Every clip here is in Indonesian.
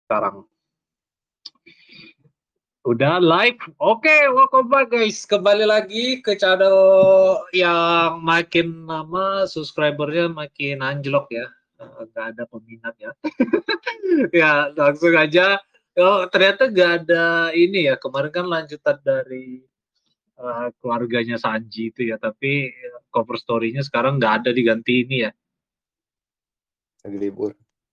sekarang. Udah live. Oke, welcome back guys. Kembali lagi ke channel yang makin lama subscribernya makin anjlok ya. Nggak ada peminat ya. Ya, langsung aja. Oh, ternyata nggak ada ini ya. Kemarin kan lanjutan dari keluarganya Sanji itu ya. Tapi cover story-nya sekarang nggak ada, diganti ini ya. Lagi libur.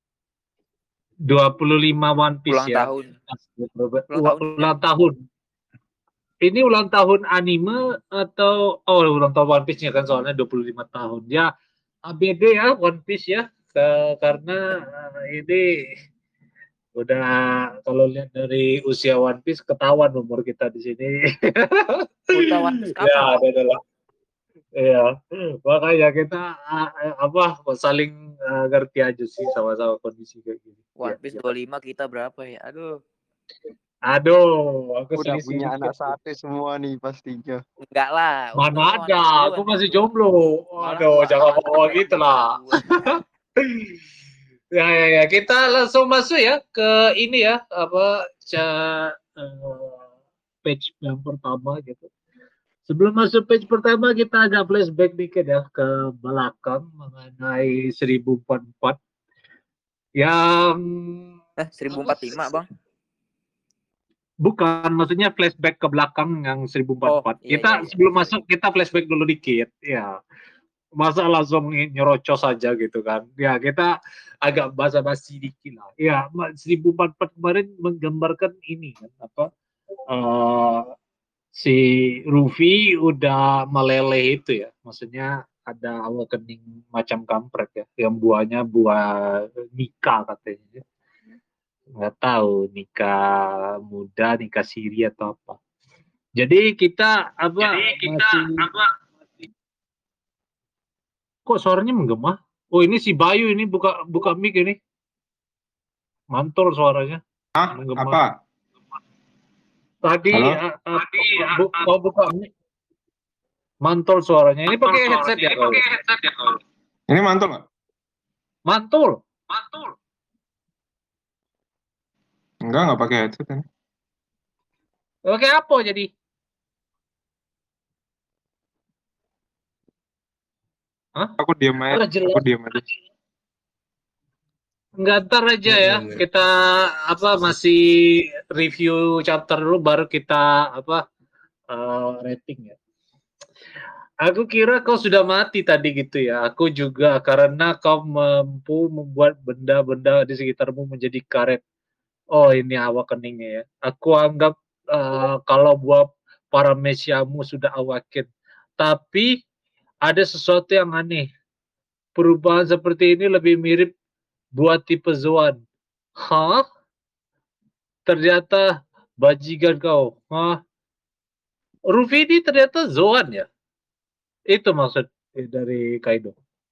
25 One Piece Ulang ya. tahun. Ulang tahun. Ini ulang tahun anime atau ulang tahun One Piece-nya kan, soalnya 25 tahun. Ya, ABD ya One Piece ya. Karena ini udah, kalau lihat dari usia One Piece ketahuan umur kita di sini. Ulta One Piece Ya, kapan? adalah. Iya, makanya kita saling ngerti aja sih sama-sama kondisi kayak gini. One Ya, Piece ya. 25, kita berapa ya? Aduh. Aduh, aku Udah selisih punya anak dikit. sate semua nih pastinya. Enggak lah. Mana Untungnya One ada, Piece duluan aku yang masih tua. jomblo. Malah Aduh, jangan malah bawa gitu lah. gua. Ya, kita langsung masuk ya ke ini ya, page yang pertama gitu. Sebelum masuk page pertama, kita agak flashback dikit ya ke belakang mengenai 1044 yang 1045, Bang. bukan, maksudnya flashback ke belakang yang 1044. Iya, Kita iya. sebelum masuk kita flashback dulu dikit ya. Masa langsung nyerocos saja gitu kan. Ya, kita agak basa-basi dikit lah. Ya, 1044 kemarin menggambarkan ini kan, si Ruffy udah meleleh itu ya. Maksudnya ada awakening macam kampret ya, yang buahnya buah nikah katanya. Nggak tahu nikah muda, nikah siri atau apa. Jadi kita kok suaranya menggema? Oh, ini si Bayu ini buka mic ini. Mantul suaranya. Menggema. Apa? Tadi Halo? kau buka mic. Mantul suaranya. Ini pakai headset ya kau? Ini mantul nggak? Mantul. Nggak pakai headset ini. Pakai apa jadi? Hah? Aku diam aja. Jelas. Enggak, ntar aja ya. Kita masih review chapter dulu, baru kita rating ya. Aku kira kau sudah mati tadi gitu ya. Aku juga, karena kau mampu membuat benda-benda di sekitarmu menjadi karet. Oh, ini awakeningnya ya. Aku anggap kalau buat para mesyamu sudah awaken. Tapi ada sesuatu yang aneh. Perubahan seperti ini lebih mirip buat tipe Zoan. Hah? Ternyata bajingan kau. Hah? Ruffy ini ternyata Zoan ya? Itu maksud dari Kaido.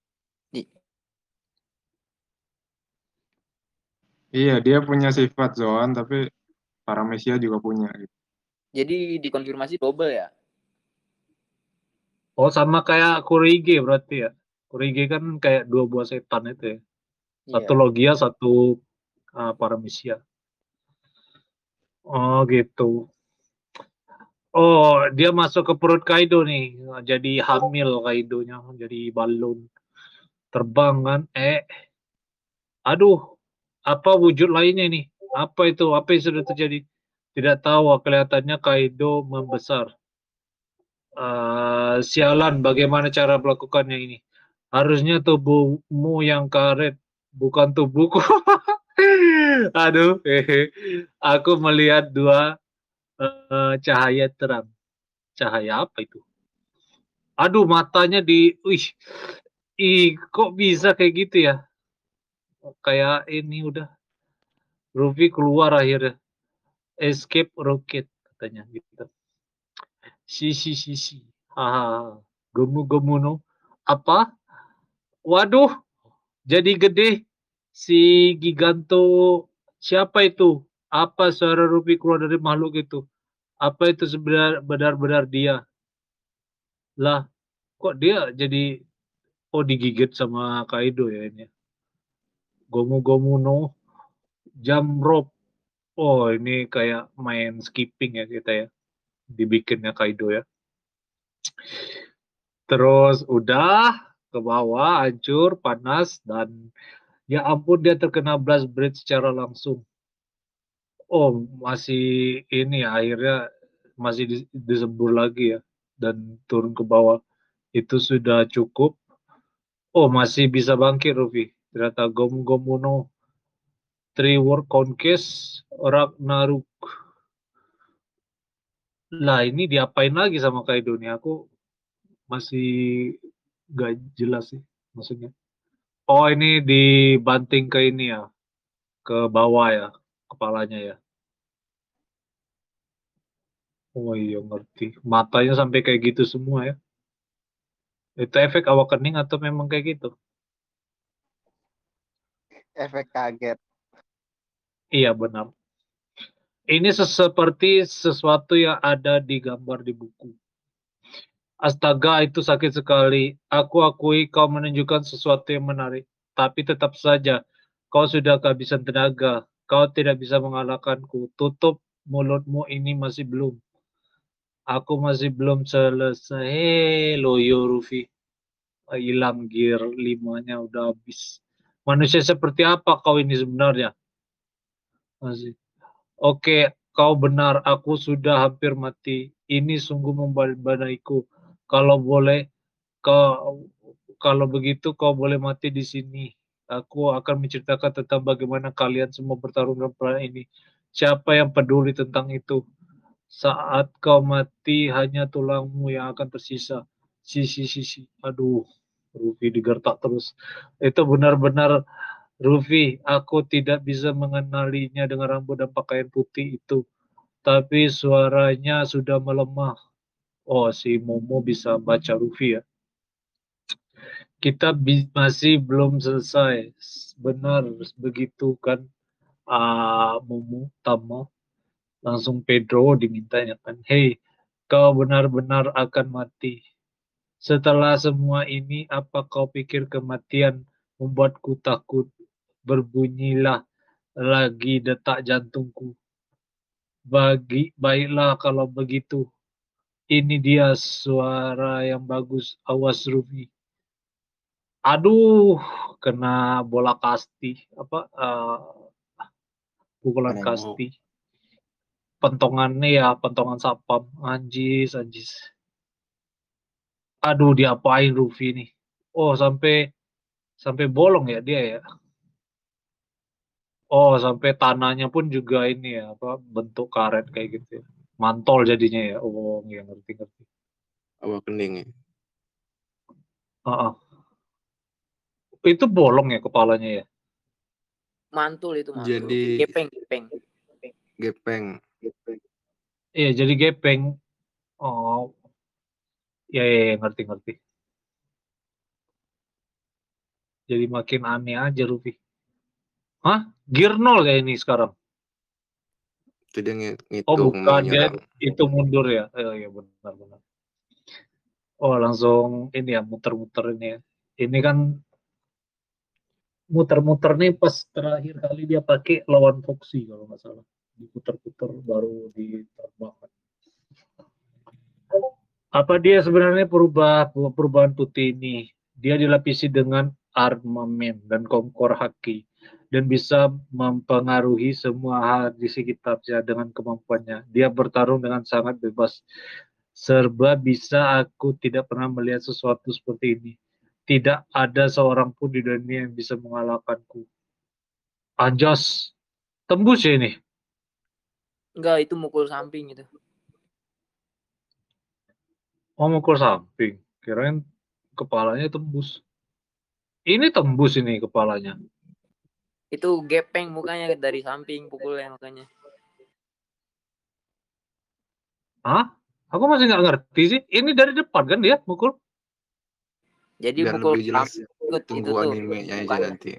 Iya, dia punya sifat Zoan, tapi Paramecia juga punya. Jadi dikonfirmasi double ya? Oh, sama kayak Kurige berarti ya. Kurige kan kayak dua buah setan itu ya. Satu Iya. Logia, satu Paramecia. Oh, gitu. Oh, dia masuk ke perut Kaido nih. Jadi hamil Kaidonya, jadi balon. Terbang kan. Aduh, apa wujud lainnya nih? Apa itu? Apa yang sudah terjadi? Tidak tahu, kelihatannya Kaido membesar. Sialan, bagaimana cara melakukannya ini? Harusnya tubuhmu yang karet, bukan tubuhku. Aduh, aku melihat dua cahaya terang. Cahaya apa itu? Aduh, matanya kok bisa kayak gitu ya? Kayak ini udah. Ruffy keluar akhirnya. Escape rocket katanya gitu. Si. Hahaha. Gemu no. Apa? Waduh, jadi gede si Giganto. Siapa itu? Apa suara Ruffy keluar dari makhluk itu? Apa itu sebenarnya benar-benar dia? Lah, kok dia jadi digigit sama Kaido ya ini? Gomu no. jump rope. Oh, ini kayak main skipping ya kita ya. Dibikinnya Kaido ya. Terus udah ke bawah, hancur, panas, dan ya ampun dia terkena blast breath secara langsung. Oh, masih ini ya, akhirnya masih disembur lagi ya. Dan turun ke bawah. Itu sudah cukup. Oh, masih bisa bangkit Rufi. Ternyata Gomu no Three World Conquest Ragnarok. Lah ini diapain lagi sama Kaido nih? Aku masih gak jelas sih maksudnya. Oh ini dibanting ke ini ya, ke bawah ya, kepalanya ya. Oh iya ngerti. Matanya sampai kayak gitu semua ya. Itu efek awakening atau memang kayak gitu? Efek kaget. Iya benar. Ini seperti sesuatu yang ada di gambar di buku. Astaga, itu sakit sekali. Aku akui kau menunjukkan sesuatu yang menarik. Tapi tetap saja, kau sudah kehabisan tenaga. Kau tidak bisa mengalahkanku. Tutup mulutmu, ini masih belum. Aku masih belum selesai. Hei, loyo Rufi. Hilang gear 5-nya udah habis. Manusia seperti apa kau ini sebenarnya? Masih. Oke, kau benar. Aku sudah hampir mati. Ini sungguh membadaiku. Kalau boleh, kau kalau begitu kau boleh mati di sini. Aku akan menceritakan tentang bagaimana kalian semua bertarung dalam perang ini. Siapa yang peduli tentang itu? Saat kau mati, hanya tulangmu yang akan tersisa. Sisi. Aduh, Rufi digertak terus. Itu benar-benar Rufi. Aku tidak bisa mengenalinya dengan rambut dan pakaian putih itu. Tapi suaranya sudah melemah. Oh, si Momo bisa baca Rufi ya. Kita masih belum selesai. Benar begitu kan, Momo, Tama. Langsung Pedro dimintanya kan, "Hei, kau benar-benar akan mati. Setelah semua ini, apa kau pikir kematian membuatku takut? Berbunyilah lagi detak jantungku. Baiklah kalau begitu. Ini dia suara yang bagus. Awas Rufi." Aduh, kena bola kasti. Apa, pukulan kasti. Pentongannya ya, pentongan sapam. Anjis. Aduh, diapain Rufi nih? Oh, sampai bolong ya dia ya. Oh, sampai tanahnya pun juga ini ya, apa bentuk karet kayak gitu ya. Mantol jadinya ya. Oh, ya ngerti. Awakening ya. Heeh. Itu bolong ya kepalanya ya. Mantul itu mantul. Jadi gepeng. Iya, jadi gepeng. Oh, ya, ngerti. Jadi makin aneh aja Rufi. Hah? Gear 0 kayak ini sekarang. Itu dia Oh, ngitung bukan mau dia nyerang. itu mundur ya. Iya benar. Oh, langsung ini ya muter-muter ini ya. Ini kan muter-muter nih pas terakhir kali dia pakai lawan Foxy kalau nggak salah. Diputer-puter baru diterbangkan. Apa dia sebenarnya perubahan putih ini? Dia dilapisi dengan armamen dan kompor haki dan bisa mempengaruhi semua hal di sekitarnya dengan kemampuannya. Dia bertarung dengan sangat bebas. Serba bisa, aku tidak pernah melihat sesuatu seperti ini. Tidak ada seorang pun di dunia yang bisa mengalahkanku. Anjas, tembus ya ini? Enggak, itu mukul samping itu. Oh, mukul samping. Kirain kepalanya tembus. Ini tembus ini kepalanya. Itu gepeng mukanya dari samping pukulnya makanya. Hah? Aku masih nggak ngerti sih. Ini dari depan kan dia mukul? Jadi Biar pukul lebih jelas, itu tunggu tuh. animenya aja Mukanya. nanti.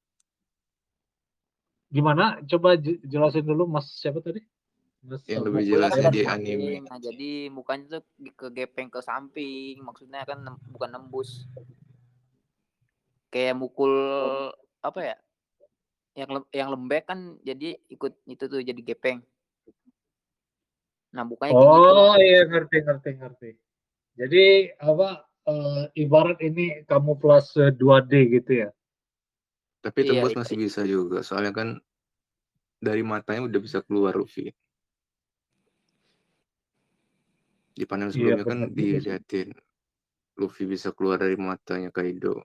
Gimana? Coba jelasin dulu Mas siapa tadi? Mas Yang Salman. lebih Mukulnya jelasnya kan di dari anime. samping. Nah, jadi mukanya tuh ke gepeng ke samping. Maksudnya kan bukan nembus. Kayak mukul apa ya? yang lembek kan jadi ikut itu tuh jadi gepeng. Nah, bukannya kayak gitu. Oh iya, ngerti. Jadi apa ibarat ini kamuflase 2D gitu ya? Tapi Iya, tembus masih bisa juga. Soalnya kan dari matanya udah bisa keluar Luffy. Di panel Iya sebelumnya kan benar juga sih. diliatin Luffy bisa keluar dari matanya Kaido.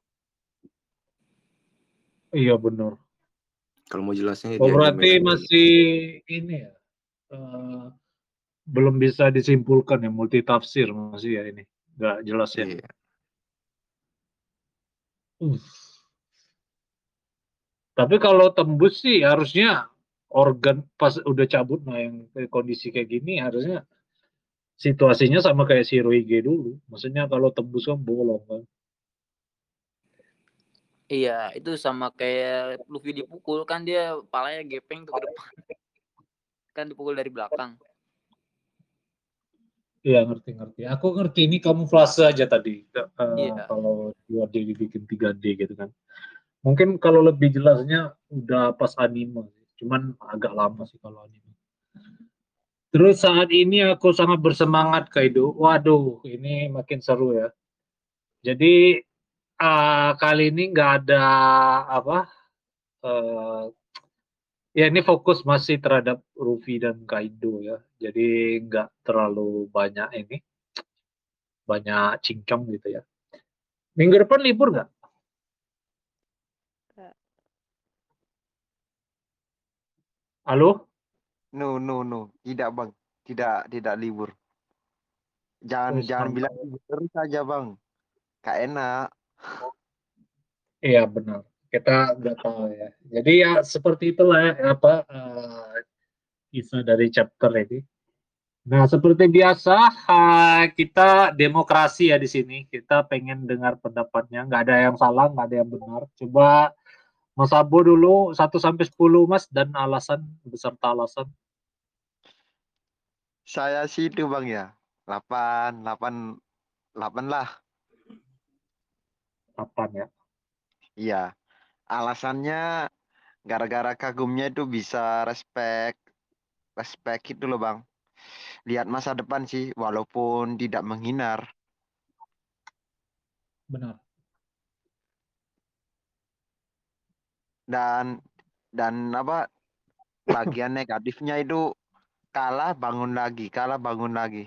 Iya benar. Kalau mau jelasnya Oh di anime berarti nanti. masih ini ya, eh, belum bisa disimpulkan ya, multitafsir masih ya ini, nggak jelas ya. Iya. Uh. Tapi kalau tembus sih harusnya organ pas udah cabut, nah yang kondisi kayak gini harusnya situasinya sama kayak si Roige dulu. Maksudnya kalau tembus kan bolong kan. Iya, itu sama kayak Luffy dipukul kan dia palanya gepeng tuh ke depan. Kan dipukul dari belakang. Iya ngerti. Aku ngerti ini kamuflase aja tadi. Iya. Kalau 2D dibikin 3D gitu kan. Mungkin kalau lebih jelasnya udah pas anime. Cuman agak lama sih kalau anime. Terus saat ini aku sangat bersemangat Kaido. Waduh, ini makin seru ya. Jadi kali ini nggak ada apa? eh, Ya ini fokus masih terhadap Luffy dan Kaido ya. Jadi nggak terlalu banyak ini, banyak cincong gitu ya. Minggu depan libur nggak? Halo? No. Tidak, Bang. Tidak libur. Oh, Jangan bilang santai. libur terus saja, Bang. Kak enak. Iya benar. Kita nggak tahu ya. Jadi ya seperti itulah ya, apa kisah dari chapter ini. Nah seperti biasa kita demokrasi ya di sini. Kita pengen dengar pendapatnya. Nggak ada yang salah, nggak ada yang benar. Coba Mas Abo dulu 1 sampai 10 Mas dan alasan beserta alasan. Saya sih itu, Bang ya. 8, 8, 8 lah. 8 ya. Iya. Alasannya gara-gara kagumnya itu bisa respect. Respect itu loh, Bang. Lihat masa depan sih, walaupun tidak menghinar. Benar. Dan apa bagian negatifnya itu kalah bangun lagi.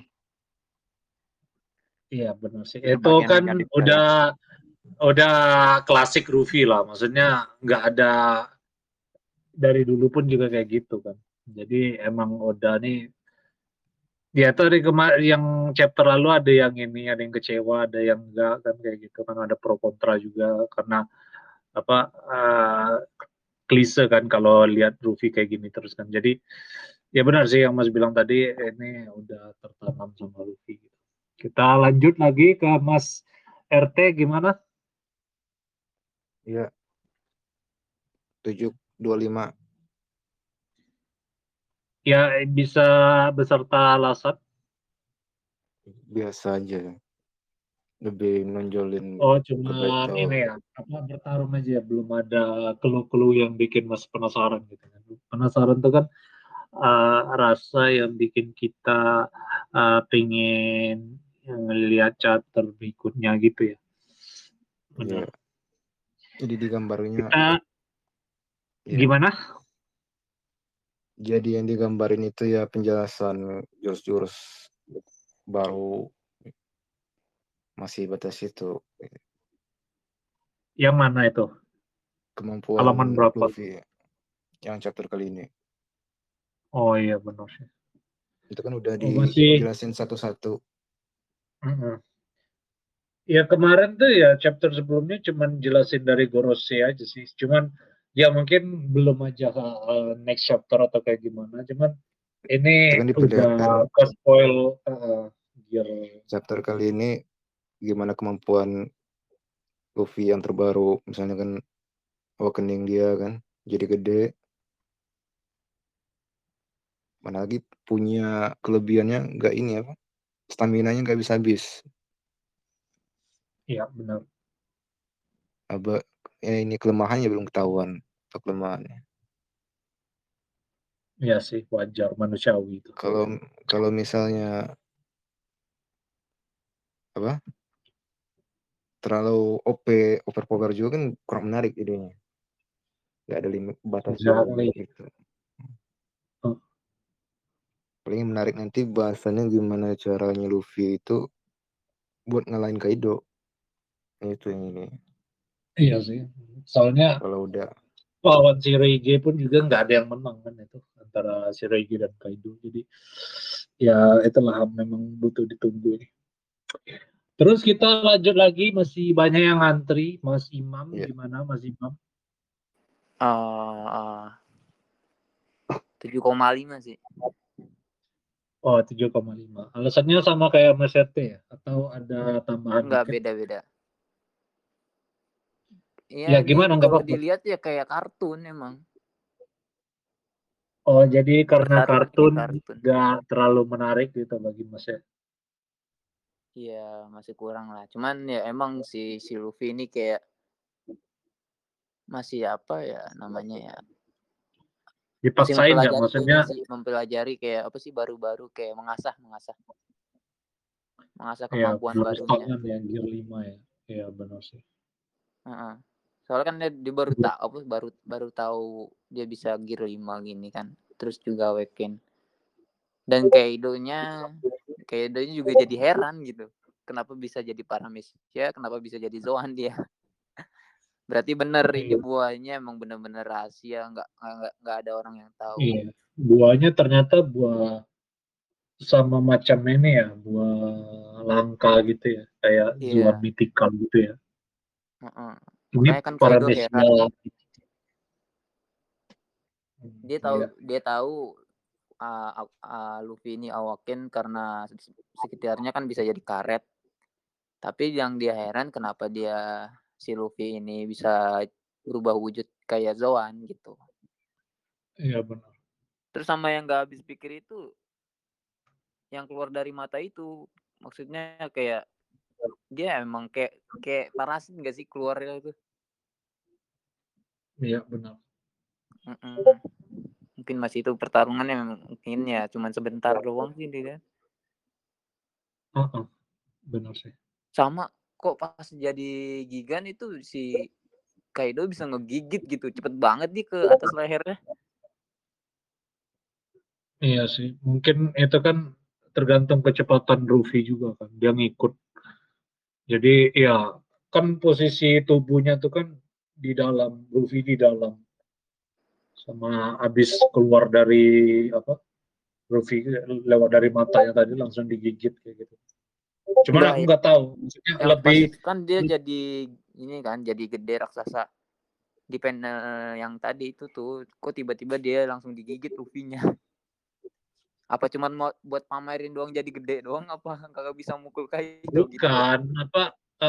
Iya benar sih. Itu Itu bagian kan negatif saya. udah klasik Luffy lah. Maksudnya nggak ada dari dulu pun juga kayak gitu kan. Jadi emang Oda nih ya tuh yang chapter lalu ada yang ini, ada yang kecewa, ada yang enggak kan kayak gitu kan, ada pro kontra juga karena apa klise kan kalau lihat Luffy kayak gini terus kan. Jadi ya benar sih yang Mas bilang tadi, ini udah tertanam sama Luffy gitu. Kita lanjut lagi ke Mas RT gimana? Iya. 725. Ya bisa beserta alasan. Biasa aja. Lebih nonjolin Oh ke cuman battle. ini ya, apa bertarung aja ya, belum ada clue-clue yang bikin Mas penasaran gitu kan. Penasaran tuh kan rasa yang bikin kita pengen lihat chapter berikutnya gitu ya. Benar. Iya. Jadi di gambarnya Kita ya. gimana? Jadi yang digambarin itu ya penjelasan jurus-jurus baru masih batas itu. Yang mana itu? Kemampuan Halaman berapa? Luffy yang chapter kali ini. Oh iya benar sih. Itu kan udah Oh masih. dijelasin satu-satu. Ya kemarin tuh ya chapter sebelumnya cuman jelasin dari Gorose aja sih. Cuman ya mungkin belum aja next chapter atau kayak gimana. Cuman ini Itu kan udah diperlihatkan ke spoil gear. chapter kali ini gimana kemampuan Luffy yang terbaru. Misalnya kan awakening dia kan jadi gede. Mana lagi punya kelebihannya nggak ini apa? Stamina-nya nggak bisa habis. Iya benar. Ini kelemahannya belum ketahuan atau kelemahannya. Iya sih, wajar, manusiawi itu. Kalau misalnya apa terlalu overpower juga kan kurang menarik idenya. Nggak ada limit batas juga Exactly. gitu. Oh, Paling menarik nanti bahasannya gimana caranya Luffy itu buat ngalahin Kaido. Itu yang ini. iya sih. Soalnya Kalau udah lawan si Reige pun juga nggak ada yang menang kan itu antara si Reige dan Kaido. Jadi ya itulah memang butuh ditunggu ini. Terus kita lanjut lagi, masih banyak yang ngantri. Mas Imam, ya, gimana Mas Imam? 7,5 sih. Oh, 7,5. Alasannya sama kayak Mas RT ya? Atau ada tambahan Enggak, dikit? beda-beda. Ya Ya ini gimana, nggak kalau apa-apa. dilihat ya kayak kartun emang. Oh, jadi karena Pertarungannya kayak kartun kartun. nggak terlalu menarik gitu bagi Mas ya? Iya, masih kurang lah. Cuman ya emang si Luffy ini kayak masih apa ya namanya ya? Masih Dipaksain nggak? mempelajari Maksudnya, kayaknya sih, mempelajari kayak apa sih baru-baru kayak mengasah ya kemampuan belum barunya. setengah ya, Gear 5 ya. Iya benar sih. Heeh. Soalnya kan dia baru tahu dia bisa gear 5 gini kan. Terus juga Awaken. Dan Kaido-nya juga jadi heran gitu. Kenapa bisa jadi Paramecia, kenapa bisa jadi Zoan dia. Berarti bener ini Iya. buahnya emang bener-bener rahasia, nggak ada orang yang tahu. Iya. Buahnya ternyata buah sama macam ini ya, buah langka gitu ya, kayak Zoan Iya. mythical gitu ya. Heeh. Ini Makanya kan Kaido Paramecia. heran kan. Iya. Dia tahu Luffy ini Awaken karena sekitarnya kan bisa jadi karet. Tapi yang dia heran kenapa si Luffy ini bisa berubah wujud kayak Zoan gitu. Iya benar. Terus sama yang gak habis pikir itu yang keluar dari mata itu, maksudnya kayak dia emang kayak parasit gak sih keluarnya itu? Iya benar. Mungkin masih itu pertarungannya mungkin ya cuman sebentar doang sih dia. Benar sih. Sama kok pas jadi Gigan itu si Kaido bisa ngegigit gitu, cepet banget dia ke atas lehernya. Iya sih, mungkin itu kan tergantung kecepatan Luffy juga kan, dia ngikut. Jadi ya kan posisi tubuhnya tuh kan di dalam, Luffy di dalam, sama abis keluar dari apa, Luffy lewat dari matanya tadi langsung digigit kayak gitu. Cuman Enggak aku ya. nggak tahu, maksudnya Yang lebih pas kan dia jadi ini kan jadi gede raksasa di panel yang tadi itu tuh kok tiba-tiba dia langsung digigit Luffy-nya. Apa cuman mau buat pamerin doang jadi gede doang apa kagak bisa mukul Kaido gitu. bukan apa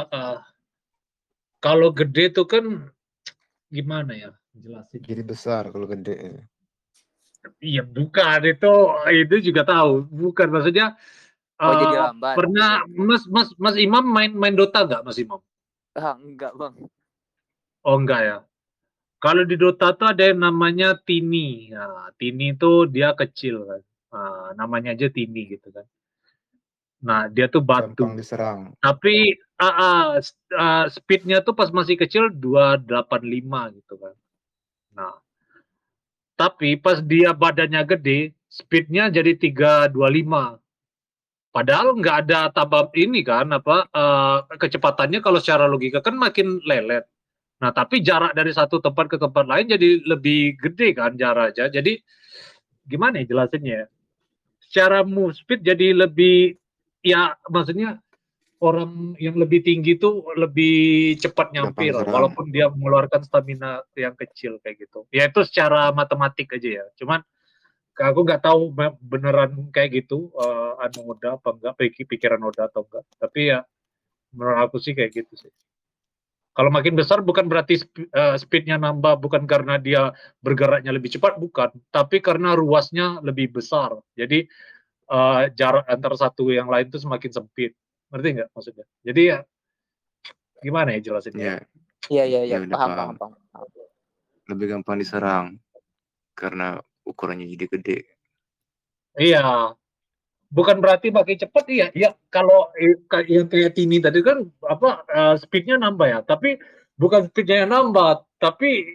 kalau gede tuh kan gimana ya jelasin. jadi besar kalau gede. Iya bukan itu juga tahu, bukan maksudnya. Jadi lambat. Pernah Mas Imam main Dota nggak Mas Imam? Enggak bang. Oh enggak ya. Kalau di Dota tuh ada yang namanya Tini. Nah, Tini itu dia kecil kan. Nah, namanya aja Tini gitu kan. Nah, dia tuh batu. Gampang diserang. Tapi speednya tuh pas masih kecil 285 gitu kan. Nah, tapi pas dia badannya gede, speednya jadi 325. Padahal nggak ada tambah ini kan kecepatannya kalau secara logika kan makin lelet. Nah tapi jarak dari satu tempat ke tempat lain jadi lebih gede kan jaraknya. Jadi gimana ya jelasinnya? Secara move speed jadi lebih ya maksudnya orang yang lebih tinggi tuh lebih cepat Gampang nyampir diserang. walaupun dia mengeluarkan stamina yang kecil kayak gitu. Ya itu secara matematik aja ya. Cuman aku nggak tahu beneran kayak gitu Oda apa enggak, pikiran Oda atau enggak, tapi ya menurut aku sih kayak gitu sih. Kalau makin besar bukan berarti speednya nambah, bukan karena dia bergeraknya lebih cepat, bukan, tapi karena ruasnya lebih besar, jadi jarak antara satu yang lain itu semakin sempit, ngerti nggak maksudnya? Jadi ya gimana ya jelasinnya? Iya Ya udah paham. lebih gampang diserang karena ukurannya jadi gede. Iya, bukan berarti makin cepat, iya. Ya kalau yang kayak Tini tadi kan speednya nambah ya, tapi bukan speednya yang nambah, tapi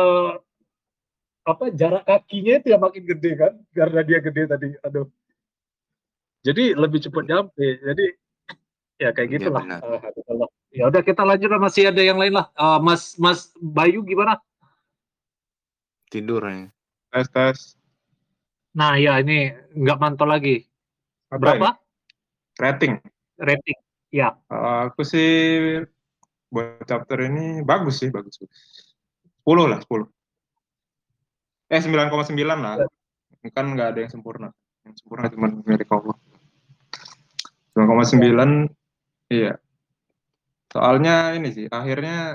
jarak kakinya itu yang makin gede kan, karena dia gede tadi. Aduh, jadi lebih cepat nyampe. Jadi ya kayak Ya gitulah. benar. Ya udah kita lanjut lah, masih ada yang lain lah. Mas Bayu gimana? Tidur ya. Tes. Nah ya ini nggak mantau lagi. Apa Berapa ini? Rating. rating? Ya. Aku sih buat chapter ini bagus sih, bagus. 10 lah, 10. 9,9 lah. Kan nggak ada yang sempurna. Yang sempurna cuma milik Allah. 9,9, iya. Soalnya ini sih, akhirnya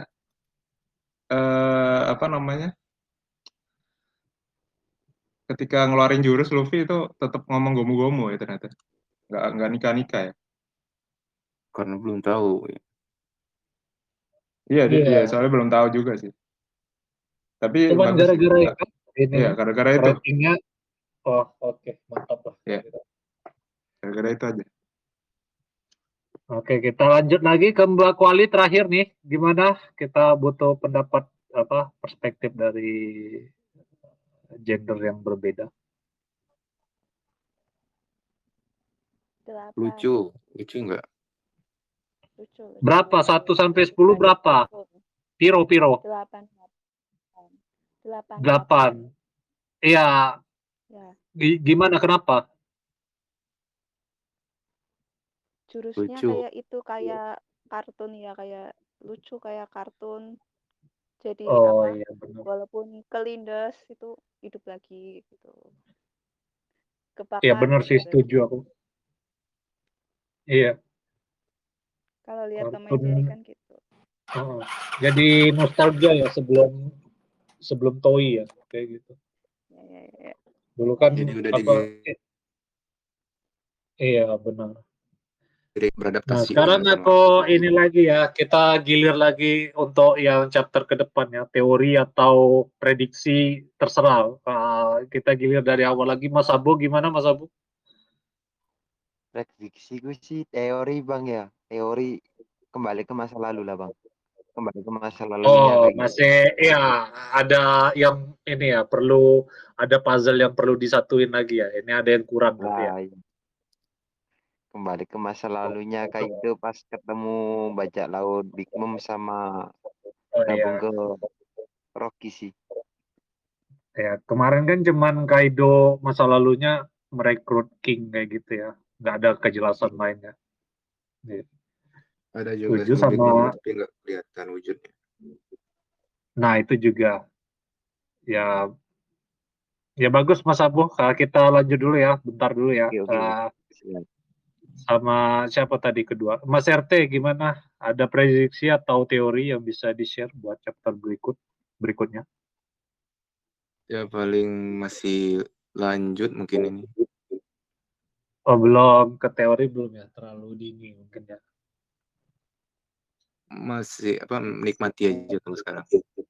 ketika ngeluarin jurus Luffy itu tetap ngomong gomu-gomu ya ternyata. Nggak nikah-nikah ya. Karena belum tahu. Iya, soalnya belum tahu juga sih. Tapi cuman bagus gara-gara sih. ini Iya, gara-gara itu. ratingnya. Oh, oke, mantap lah. Iya. Gara-gara itu aja. Oke, kita lanjut lagi ke Mbak Kuali terakhir nih. Gimana? Kita butuh pendapat perspektif dari gender yang berbeda. 8. Lucu nggak? Lucu. Berapa? 1 sampai 10 berapa? Piro. 8. 8. Iya. Ya. Gimana? Kenapa? Jurusnya Lucu. kayak itu, kayak kartun ya, kayak lucu kayak kartun. Jadi Iya benar. walaupun kelindes itu hidup lagi gitu. Kebakar. Iya benar sih, setuju aku. Iya. Kalau lihat Tom and Jerry kan gitu. Jadi nostalgia ya sebelum Toei ya kayak gitu. Ya. Dulu kan Jadi udah iya benar. beradaptasi. Nah sekarang aku ini lagi ya, kita gilir lagi untuk yang chapter ke depan ya, teori atau prediksi terserah. Kita gilir dari awal lagi. Mas Abu gimana Mas Abu? Prediksi gue sih teori bang ya. Teori kembali ke masa lalu lah bang. Kembali ke masa lalunya. Oh masih ya ada yang ini ya, perlu ada puzzle yang perlu disatuin lagi ya. Ini ada yang kurang gitu ya. Iya. Kembali ke masa lalunya kayak itu pas ketemu bajak laut Big Mom sama gabung ke Rocky sih. Ya, kemarin kan cuman Kaido masa lalunya merekrut King kayak gitu ya. Nggak ada kejelasan lainnya. Ya. Ada juga sama tapi nggak kelihatan wujudnya. Nah, itu juga. Ya bagus Mas Abu. Kita lanjut dulu ya. Bentar dulu ya. Sama siapa tadi kedua? Mas RT gimana? Ada prediksi atau teori yang bisa di-share buat chapter berikutnya? Ya paling masih lanjut mungkin ini. Oh belum, ke teori belum ya? Terlalu dini mungkin ya? Masih menikmati aja kalau sekarang.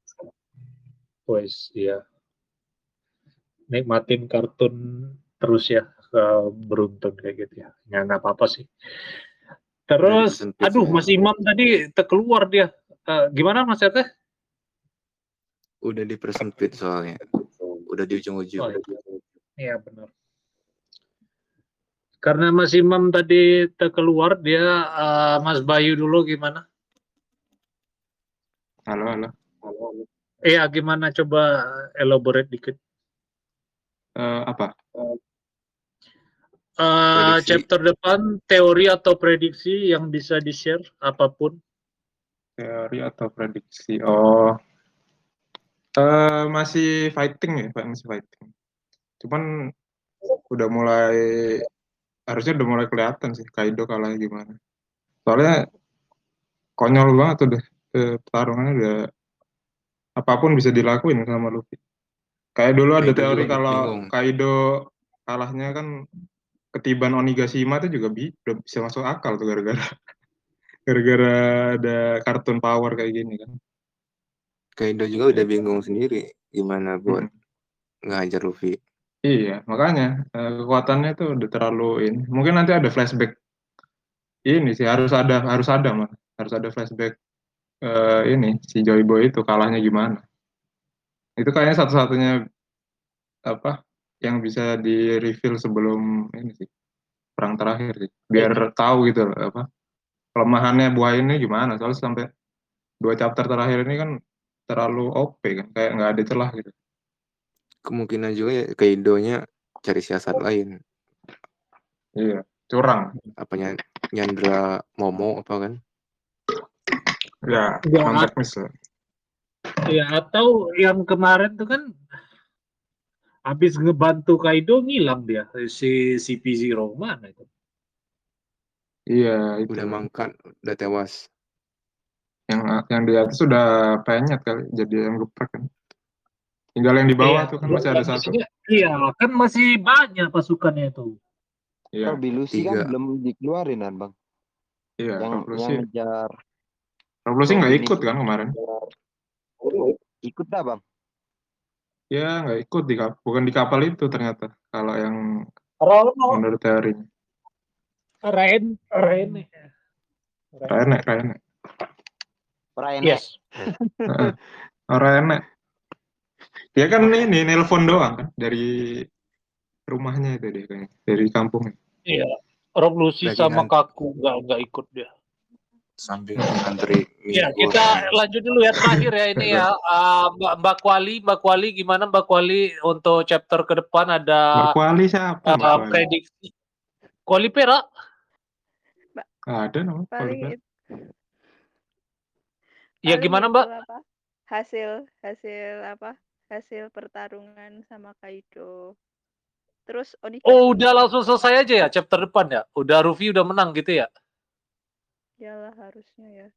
Wes, iya. Nikmatin kartun terus ya, beruntun kayak gitu ya. Ya nggak apa-apa sih. Terus, aduh Mas Imam tadi keluar dia. Gimana Mas Teh? Udah dipersempit soalnya. Udah di ujung-ujung. Iya benar. Karena Mas Imam tadi keluar, dia Mas Bayu dulu gimana? Halo. Iya gimana? Coba elaborate dikit. Apa? Chapter depan, teori atau prediksi yang bisa di-share, apapun. Teori atau prediksi? Masih fighting ya, Pak, masih fighting. Cuman harusnya udah mulai kelihatan sih Kaido kalahnya gimana. Soalnya konyol banget udah, pertarungannya udah apapun bisa dilakuin sama Luffy. Kayak dulu ada teori kalau Kaido kalahnya kan ketiban Onigashima itu juga udah bisa masuk akal tuh gara-gara ada kartun power kayak gini kan. Kaido juga udah bingung sendiri gimana buat ngajar Luffy. Iya, makanya kekuatannya tuh udah terlalu ini. Mungkin nanti ada flashback ini sih harus ada mah. Harus ada flashback ini si Joy Boy itu kalahnya gimana. Itu kayaknya satu-satunya apa yang bisa di reveal sebelum ini sih perang terakhir sih. Biar tahu gitu loh, apa kelemahannya buah ini gimana. Soalnya sampai 2 chapter terakhir ini kan terlalu OP kan, kayak nggak ada celah gitu. Kemungkinan juga ya Kaidonya cari siasat lain. Iya, curang. Apanya nyandra Momo apa kan? Ya, Ya, non-teknis lah. ya atau yang kemarin tuh kan habis ngebantu Kaido ngilang dia si CP0 mana itu? Iya, itu. Udah mangkat, udah tewas. Yang di atas sudah penyet kali, jadi yang geprek kan. Tinggal yang di bawah Iya, tuh kan masih ada satu. Iya, kan masih banyak pasukannya itu. Iya, Kalau Bilusi kan 3. belum dikeluarin kan bang, iya. yang Revolusi ngejar nggak Robin ikut itu. kan kemarin. Ikut dah bang. Ya nggak ikut bukan di kapal itu ternyata. Kalau yang Rono, menurut teorinya. Rene. Rene. Rene. Yes. Rene. Dia kan ini nelpon doang kan dari rumahnya itu dia kayaknya, dari kampungnya. Iya. Revolusi Lagi sama Kaku nggak ikut dia. Sambil ngantri Ya, Minggu. kita lanjut dulu ya terakhir ya ini ya. Mbak Kuali gimana Mbak Kuali untuk chapter ke depan ada Mbak Kuali siapa Mbak Kuali? prediksi. Kuali Perak? Ada nama Kuali Paling Perak. Ya paling gimana itu Mbak? apa? Hasil pertarungan sama Kaido. Terus Onigashima. Oh, udah langsung selesai aja ya chapter depan ya? Udah Ruffy udah menang gitu ya? Yalah harusnya ya.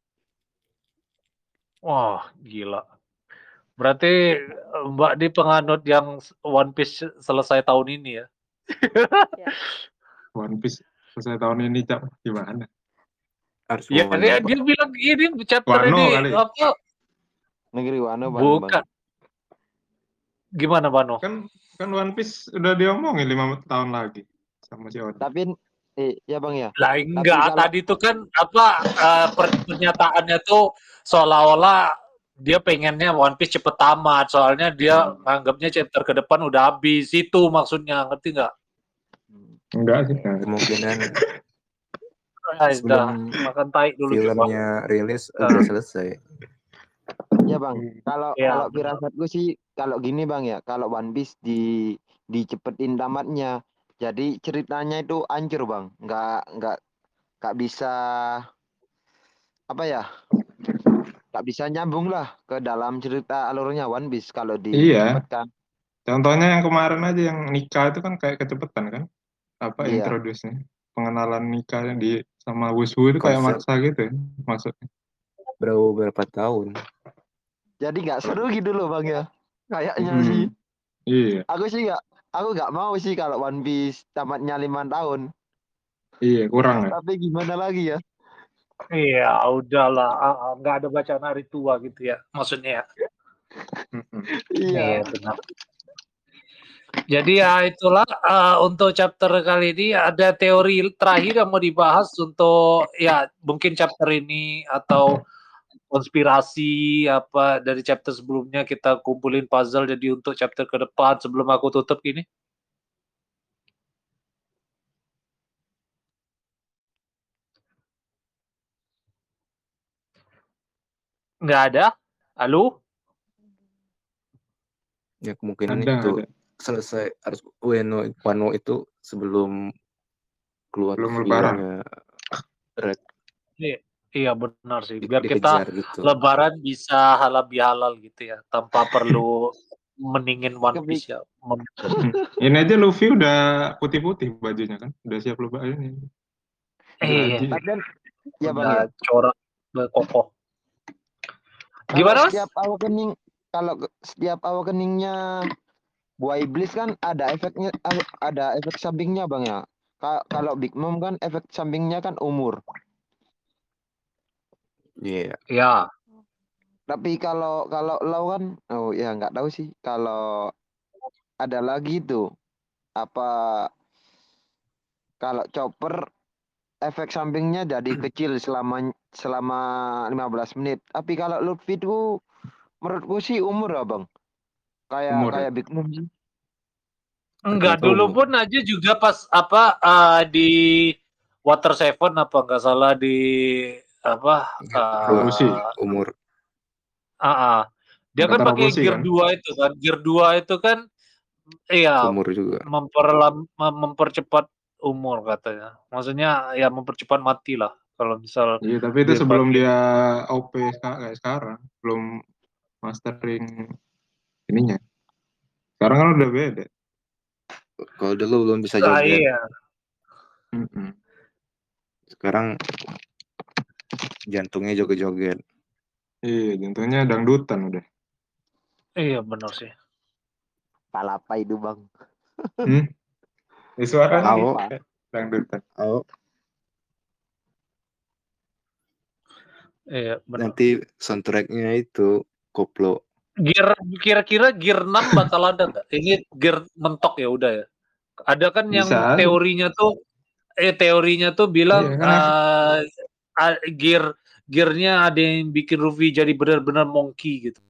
Wah, gila. Berarti Mbak di penganut yang One Piece selesai tahun ini ya? Ya. One Piece selesai tahun ini Cak, gimana? Harus Ya, Wano, dia Pak. bilang ini chapter Wano ini kali. apa? Negeri Wano Bukan. Gimana Bano? Kan One Piece udah diomongin 5 tahun lagi sama si Oda. Tapi ya bang ya. Lah enggak, kalau- tadi itu kan apa pernyataannya tuh seolah-olah dia pengennya One Piece cepet tamat, soalnya dia anggapnya chapter ke depan udah habis. Itu maksudnya, ngerti nggak? Enggak sih. Kemungkinan Udah sebelum makan tai dulu coba. filmnya rilis udah selesai. Ya bang, kalau Ya, firasatku sih kalau gini bang ya, kalau One Piece dicepetin tamatnya, jadi ceritanya itu hancur bang, nggak bisa apa ya, nggak bisa nyambung lah ke dalam cerita alurnya One Piece kalau Iya. dicepetkan. Contohnya yang kemarin aja yang nikah itu kan kayak kecepetan kan? Apa Iya. introduce-nya? Pengenalan nikah yang di sama Wushu itu kayak Konsep. maksa gitu ya maksudnya. Berapa tahun? Jadi nggak seru gitu loh bang ya, kayaknya sih. Iya. Aku nggak mau sih kalau One Piece tamatnya 5 tahun. Iya, kurang ya. Tapi gimana lagi ya? iya, udahlah, nggak ada bacaan hari tua gitu ya, maksudnya ya. Iya. Benar. Jadi ya itulah untuk chapter kali ini ada teori terakhir yang mau dibahas untuk ya mungkin chapter ini atau konspirasi apa dari chapter sebelumnya kita kumpulin puzzle jadi untuk chapter ke depan sebelum aku tutup ini. Nggak ada? Halo? Ya kemungkinan Ada. selesai harus Wano itu sebelum keluar Belum lebaran. filmnya Red. Iya benar sih. Biar Dikejar kita gitu. lebaran bisa halal bihalal gitu ya, tanpa perlu meningin One Piece ya. Ini aja Luffy udah putih-putih bajunya kan, udah siap lebaran ini. Iya. Tapi kan ya bang ya. Corak berkokoh. Kalau Gimana Mas? setiap awakeningnya buah iblis kan ada efeknya, ada efek sampingnya bang ya. Kalau Big Mom kan efek sampingnya kan umur. Iya. Ya. Tapi kalau Lau kan, oh ya nggak tahu sih. Kalau ada lagi tuh apa kalau chopper efek sampingnya jadi kecil selama 15 menit. Tapi kalau Lutfi itu menurutku sih umur abang. Umur ya. Kayak Big Mom sih. Enggak, Rata-rata dulu umur. pun aja juga pas di Water Seven apa nggak salah di apa Robosi. Umur. dia kan Kata pakai Robosi gear kan. 2 itu kan. Gear 2 itu kan iya Umur juga. mempercepat umur katanya. Maksudnya ya mempercepat mati lah kalau misal Iya, tapi itu dia sebelum pakai. dia OP kayak sekarang, belum mastering ininya. Sekarang kan udah beda. Kalau dulu belum bisa joget. Iya. Mm-mm. Sekarang jantungnya joget-joget. Iya, jantungnya dangdutan udah. Iya benar sih. Palapa itu bang. Suaranya Au. dangdutan. Oh, Iya benar. nanti soundtracknya itu koplo. Kira-kira gear 6 bakal ada nggak? Ini gear mentok ya udah ya. Ada kan yang Bisa aja. teorinya tuh bilang Iya, kan gearnya ada yang bikin Ruffy jadi benar-benar monkey gitu.